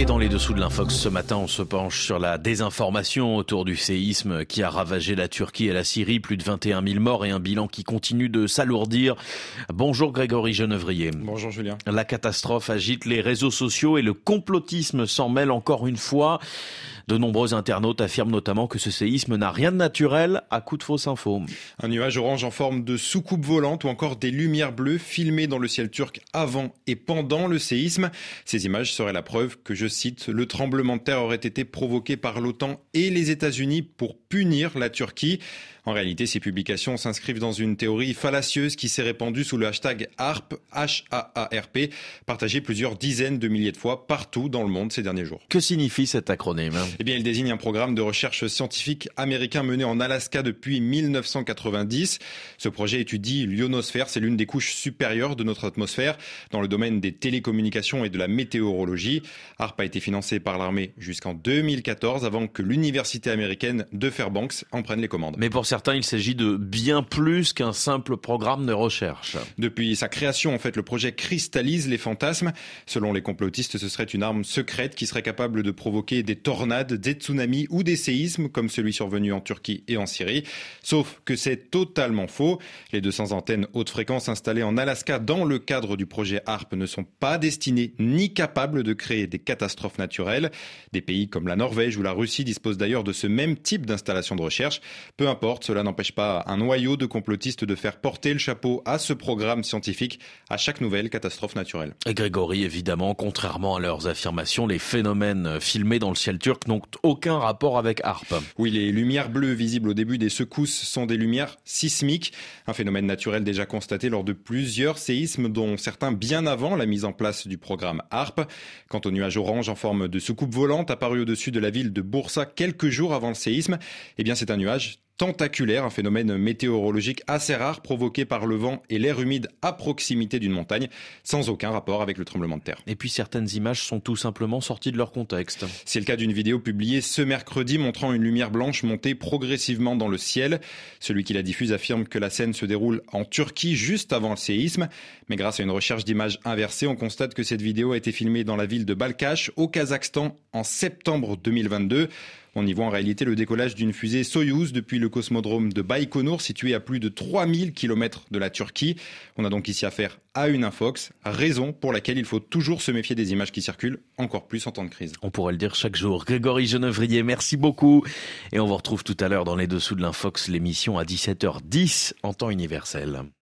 Et dans les dessous de l'Infox, ce matin, on se penche sur la désinformation autour du séisme qui a ravagé la Turquie et la Syrie. Plus de 21 000 morts et un bilan qui continue de s'alourdir. Bonjour Grégory Genevrier. Bonjour Julien. La catastrophe agite les réseaux sociaux et le complotisme s'en mêle encore une fois. De nombreux internautes affirment notamment que ce séisme n'a rien de naturel à coup de fausses infos. Un nuage orange en forme de soucoupe volante ou encore des lumières bleues filmées dans le ciel turc avant et pendant le séisme. Ces images seraient la preuve que, je cite, le tremblement de terre aurait été provoqué par l'OTAN et les États-Unis pour punir la Turquie. En réalité, ces publications s'inscrivent dans une théorie fallacieuse qui s'est répandue sous le hashtag HAARP, H-A-A-R-P, partagé plusieurs dizaines de milliers de fois partout dans le monde ces derniers jours. Que signifie cet acronyme ? Eh bien, il désigne un programme de recherche scientifique américain mené en Alaska depuis 1990. Ce projet étudie l'ionosphère, c'est l'une des couches supérieures de notre atmosphère, dans le domaine des télécommunications et de la météorologie. HAARP a été financé par l'armée jusqu'en 2014, avant que l'université américaine de Fairbanks en prenne les commandes. Mais pour certains, il s'agit de bien plus qu'un simple programme de recherche. Depuis sa création, en fait, le projet cristallise les fantasmes. Selon les complotistes, ce serait une arme secrète qui serait capable de provoquer des tornades, des tsunamis ou des séismes comme celui survenu en Turquie et en Syrie. Sauf que c'est totalement faux. Les 200 antennes haute fréquence installées en Alaska dans le cadre du projet HAARP ne sont pas destinées ni capables de créer des catastrophes naturelles. Des pays comme la Norvège ou la Russie disposent d'ailleurs de ce même type d'installation de recherche. Peu importe, cela n'empêche pas un noyau de complotistes de faire porter le chapeau à ce programme scientifique à chaque nouvelle catastrophe naturelle. Et Grégory, évidemment, contrairement à leurs affirmations, les phénomènes filmés dans le ciel turc n'ont aucun rapport avec HAARP. Oui, les lumières bleues visibles au début des secousses sont des lumières sismiques, un phénomène naturel déjà constaté lors de plusieurs séismes, dont certains bien avant la mise en place du programme HAARP. Quant au nuage orange en forme de soucoupe volante apparu au-dessus de la ville de Bursa quelques jours avant le séisme, eh bien c'est un nuage tentaculaire, un phénomène météorologique assez rare provoqué par le vent et l'air humide à proximité d'une montagne, sans aucun rapport avec le tremblement de terre. Et puis certaines images sont tout simplement sorties de leur contexte. C'est le cas d'une vidéo publiée ce mercredi montrant une lumière blanche monter progressivement dans le ciel. Celui qui la diffuse affirme que la scène se déroule en Turquie juste avant le séisme. Mais grâce à une recherche d'images inversée, on constate que cette vidéo a été filmée dans la ville de Balkhash, au Kazakhstan, en septembre 2022. On y voit en réalité le décollage d'une fusée Soyouz depuis le cosmodrome de Baïkonour, situé à plus de 3000 km de la Turquie. On a donc ici affaire à une infox, raison pour laquelle il faut toujours se méfier des images qui circulent, encore plus en temps de crise. On pourrait le dire chaque jour. Grégory Genevrier, merci beaucoup. Et on vous retrouve tout à l'heure dans les dessous de l'Infox, l'émission à 17h10 en temps universel.